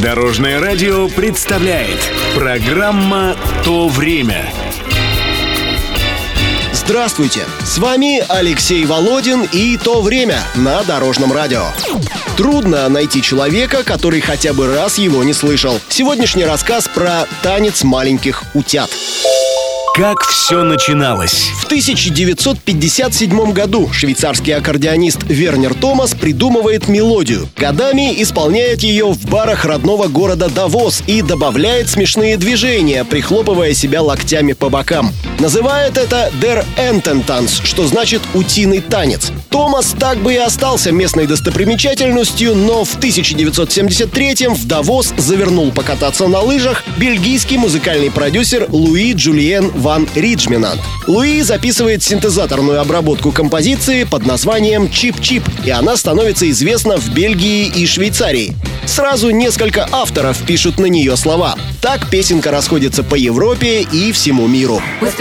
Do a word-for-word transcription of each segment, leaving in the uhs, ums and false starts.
Дорожное радио представляет программа «То время». Здравствуйте! С вами Алексей Володин и «То время» на Дорожном радио. Трудно найти человека, который хотя бы раз его не слышал. Сегодняшний рассказ про танец маленьких утят. Как все начиналось? В тысяча девятьсот пятьдесят седьмом году швейцарский аккордеонист Вернер Томас придумывает мелодию. Годами исполняет ее в барах родного города Давос и добавляет смешные движения, прихлопывая себя локтями по бокам. Называет это «Der Ententanz», что значит «утиный танец». Томас так бы и остался местной достопримечательностью, но в тысяча девятьсот семьдесят третьем в Давос завернул покататься на лыжах бельгийский музыкальный продюсер Луи Джульен ван Риджминант. Луи записывает синтезаторную обработку композиции под названием «Чип-чип», и она становится известна в Бельгии и Швейцарии. Сразу несколько авторов пишут на нее слова. Так песенка расходится по Европе и всему миру.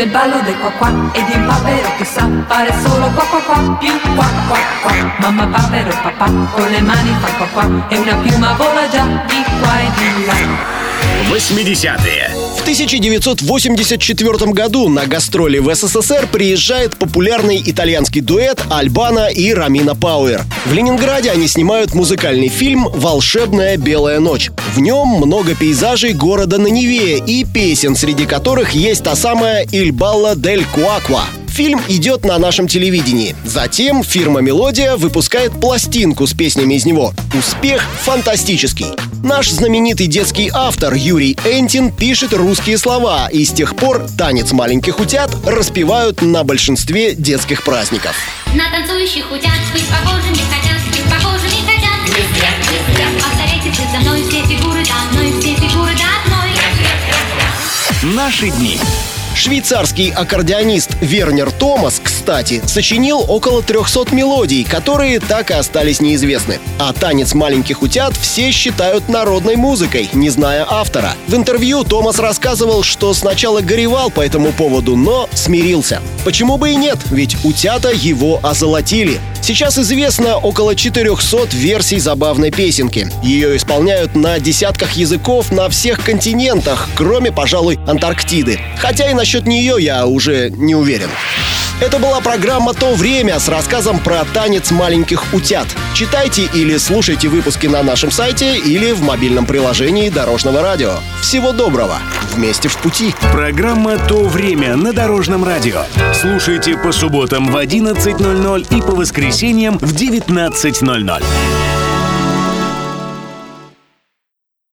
восьмидесятые. В тысяча девятьсот восемьдесят четвёртом году на гастроли в СССР приезжает популярный итальянский дуэт Альбано и Ромина Пауэр. В Ленинграде они снимают музыкальный фильм «Волшебная белая ночь». В нем много пейзажей города на Неве и песен, среди которых есть та самая «Il ballo del Quaqua». Фильм идет на нашем телевидении. Затем фирма «Мелодия» выпускает пластинку с песнями из него. Успех фантастический. Наш знаменитый детский автор Юрий Энтин пишет русские слова, и с тех пор «Танец маленьких утят» распевают на большинстве детских праздников. На танцующих утят быть похожими хотят, быть похожими хотят. Не зря, не зря. Повторяйте вслед за мной все фигуры до одной, все фигуры до одной. Наши дни. Швейцарский аккордеонист Вернер Томас, кстати, сочинил около трехсот мелодий, которые так и остались неизвестны. А «Танец маленьких утят» все считают народной музыкой, не зная автора. В интервью Томас рассказывал, что сначала горевал по этому поводу, но смирился. Почему бы и нет, ведь утята его озолотили. Сейчас известно около четырехсот версий забавной песенки. Ее исполняют на десятках языков на всех континентах, кроме, пожалуй, Антарктиды. Хотя и насчет нее я уже не уверен. Это была программа «То время» с рассказом про танец маленьких утят. Читайте или слушайте выпуски на нашем сайте или в мобильном приложении Дорожного радио. Всего доброго! Вместе в пути! Программа «То время» на Дорожном радио. Слушайте по субботам в одиннадцать ноль ноль и по воскресеньям в девятнадцать ноль ноль.